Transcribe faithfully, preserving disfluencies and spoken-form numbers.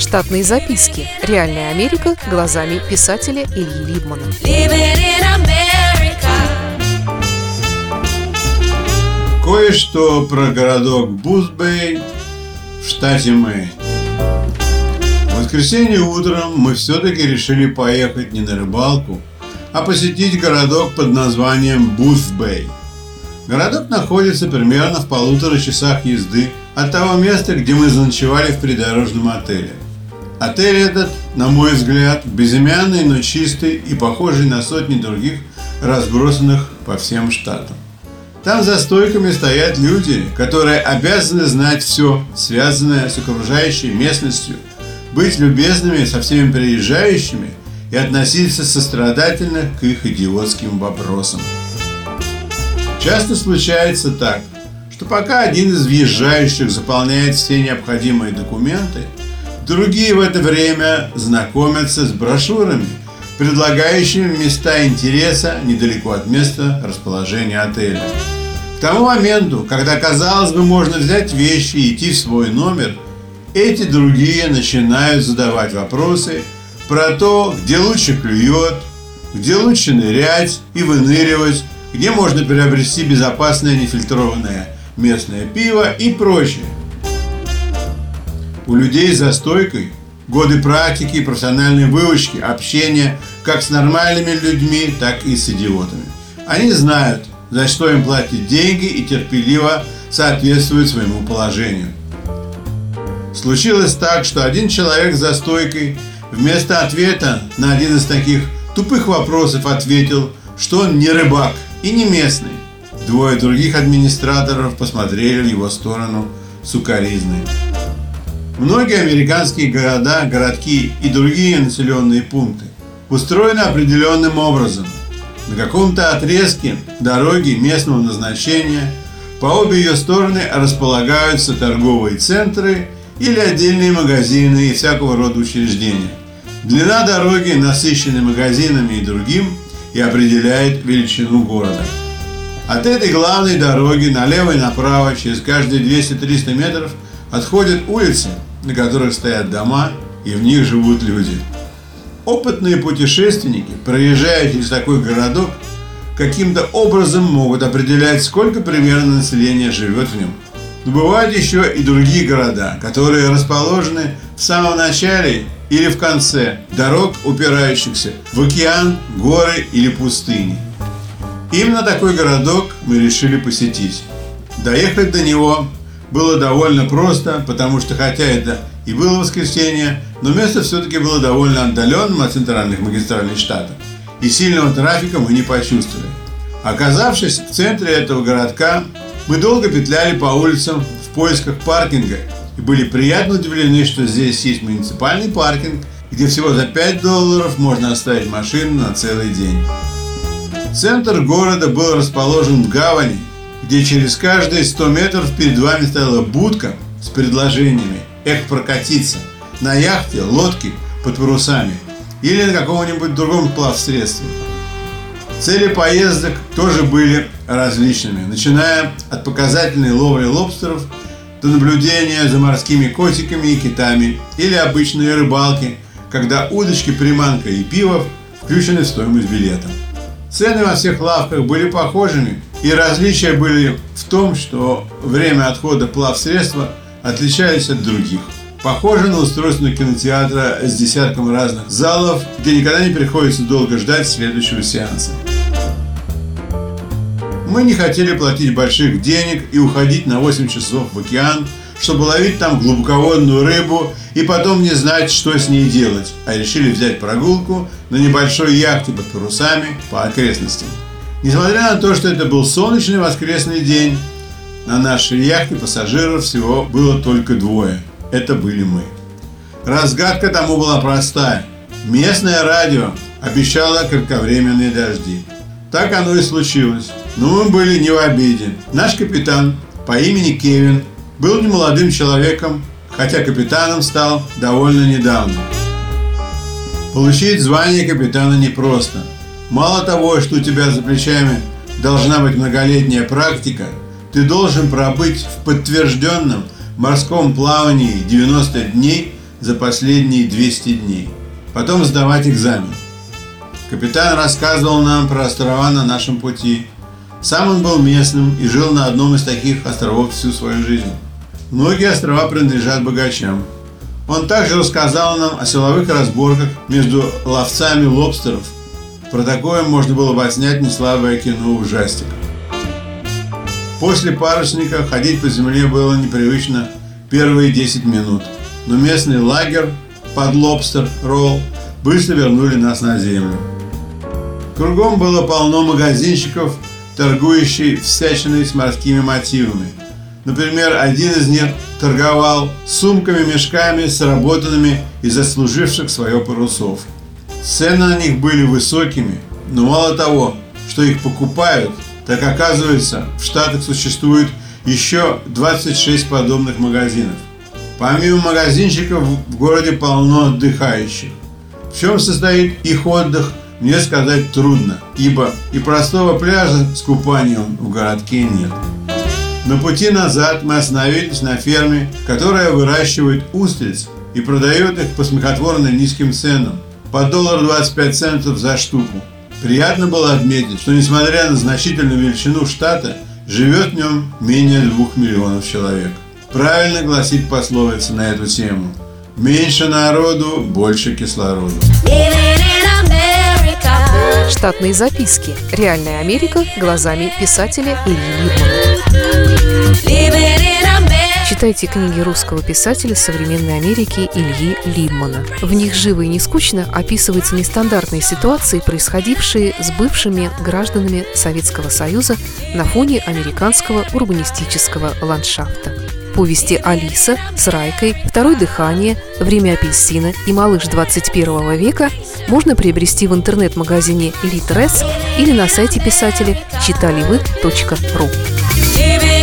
Штатные записки. Реальная Америка глазами писателя Ильи Либмана. Кое-что про городок Бусс-Бэй в штате Мэйн. В воскресенье утром мы все-таки решили поехать не на рыбалку, а посетить городок под названием Бусс-Бэй. Городок находится примерно в полутора часах езды от того места, где мы заночевали в придорожном отеле. Отель этот, на мой взгляд, безымянный, но чистый и похожий на сотни других, разбросанных по всем штатам. Там за стойками стоят люди, которые обязаны знать все, связанное с окружающей местностью, быть любезными со всеми приезжающими и относиться сострадательно к их идиотским вопросам. Часто случается так, что пока один из въезжающих заполняет все необходимые документы, другие в это время знакомятся с брошюрами, предлагающими места интереса недалеко от места расположения отеля. К тому моменту, когда, казалось бы, можно взять вещи и идти в свой номер, эти другие начинают задавать вопросы про то, где лучше клюет, где лучше нырять и выныривать, где можно приобрести безопасное нефильтрованное местное пиво и прочее. У людей за стойкой годы практики и профессиональной выучки, общения как с нормальными людьми, так и с идиотами. Они знают, за что им платят деньги, и терпеливо соответствуют своему положению. Случилось так, что один человек за стойкой вместо ответа на один из таких тупых вопросов ответил, что он не рыбак и не местный. Двое других администраторов посмотрели в его сторону сукоризной. Многие американские города, городки и другие населенные пункты устроены определенным образом. На каком-то отрезке дороги местного назначения по обе ее стороны располагаются торговые центры или отдельные магазины и всякого рода учреждения. Длина дороги, насыщенной магазинами и другим, и определяет величину города. От этой главной дороги налево и направо через каждые двести-триста метров отходят улицы, на которых стоят дома, и в них живут люди. Опытные путешественники, проезжая через такой городок, каким-то образом могут определять, сколько примерно населения живет в нем. Но бывают еще и другие города, которые расположены в самом начале или в конце дорог, упирающихся в океан, горы или пустыни. Именно такой городок мы решили посетить. Доехать до него было довольно просто, потому что хотя это и было воскресенье, но место все-таки было довольно отдаленным от центральных магистралей штата, и сильного трафика мы не почувствовали. Оказавшись в центре этого городка, мы долго петляли по улицам в поисках паркинга и были приятно удивлены, что здесь есть муниципальный паркинг, где всего за пять долларов можно оставить машину на целый день. Центр города был расположен в гавани, где через каждые сто метров перед вами стояла будка с предложениями «Эх, прокатиться» на яхте, лодке под парусами или на каком-нибудь другом плавсредстве. Цели поездок тоже были различными, начиная от показательной ловли лобстеров до наблюдения за морскими котиками и китами или обычной рыбалки, когда удочки, приманка и пиво включены в стоимость билета. Цены во всех лавках были похожими, и различия были в том, что время отхода плавсредства отличались от других. Похоже на устройство кинотеатра с десятком разных залов, где никогда не приходится долго ждать следующего сеанса. Мы не хотели платить больших денег и уходить на восемь часов в океан, чтобы ловить там глубоководную рыбу и потом не знать, что с ней делать, а решили взять прогулку на небольшой яхте под парусами по окрестностям. Несмотря на то, что это был солнечный воскресный день, на нашей яхте пассажиров всего было только двое. Это были мы. Разгадка тому была простая. Местное радио обещало кратковременные дожди. Так оно и случилось. Но мы были не в обиде. Наш капитан по имени Кевин был немолодым человеком, хотя капитаном стал довольно недавно. Получить звание капитана непросто. Мало того, что у тебя за плечами должна быть многолетняя практика, ты должен пробыть в подтвержденном морском плавании девяносто дней за последние двести дней. Потом сдавать экзамен. Капитан рассказывал нам про острова на нашем пути. Сам он был местным и жил на одном из таких островов всю свою жизнь. Многие острова принадлежат богачам. Он также рассказал нам о силовых разборках между ловцами лобстеров. Про такое можно было бы отснять неслабое кино ужастик. После парусника ходить по земле было непривычно первые десять минут, но местный лагерь под лобстер-ролл быстро вернули нас на землю. Кругом было полно магазинчиков, торгующих всячиной с морскими мотивами. Например, один из них торговал сумками-мешками, сработанными и заслуживших свое парусов. Цены на них были высокими, но мало того, что их покупают, так оказывается, в Штатах существует еще двадцать шесть подобных магазинов. Помимо магазинчиков в городе полно отдыхающих. В чем состоит их отдых, мне сказать трудно, ибо и простого пляжа с купанием в городке нет. На пути назад мы остановились на ферме, которая выращивает устриц и продает их по смехотворно низким ценам, по доллару двадцать пять центов за штуку. Приятно было отметить, что несмотря на значительную величину штата, живет в нем менее двух миллионов человек. Правильно гласит пословица на эту тему: меньше народу, больше кислорода. Штатные записки. Реальная Америка глазами писателя Ильи Либмана. Читайте книги русского писателя современной Америки Ильи Либмана. В них живо и не скучно описываются нестандартные ситуации, происходившие с бывшими гражданами Советского Союза на фоне американского урбанистического ландшафта. Повести «Алиса» с Райкой, «Второе дыхание», «Время апельсина» и «Малыш двадцать первого века» можно приобрести в интернет-магазине Литрес или на сайте писателя читаливы точка ру.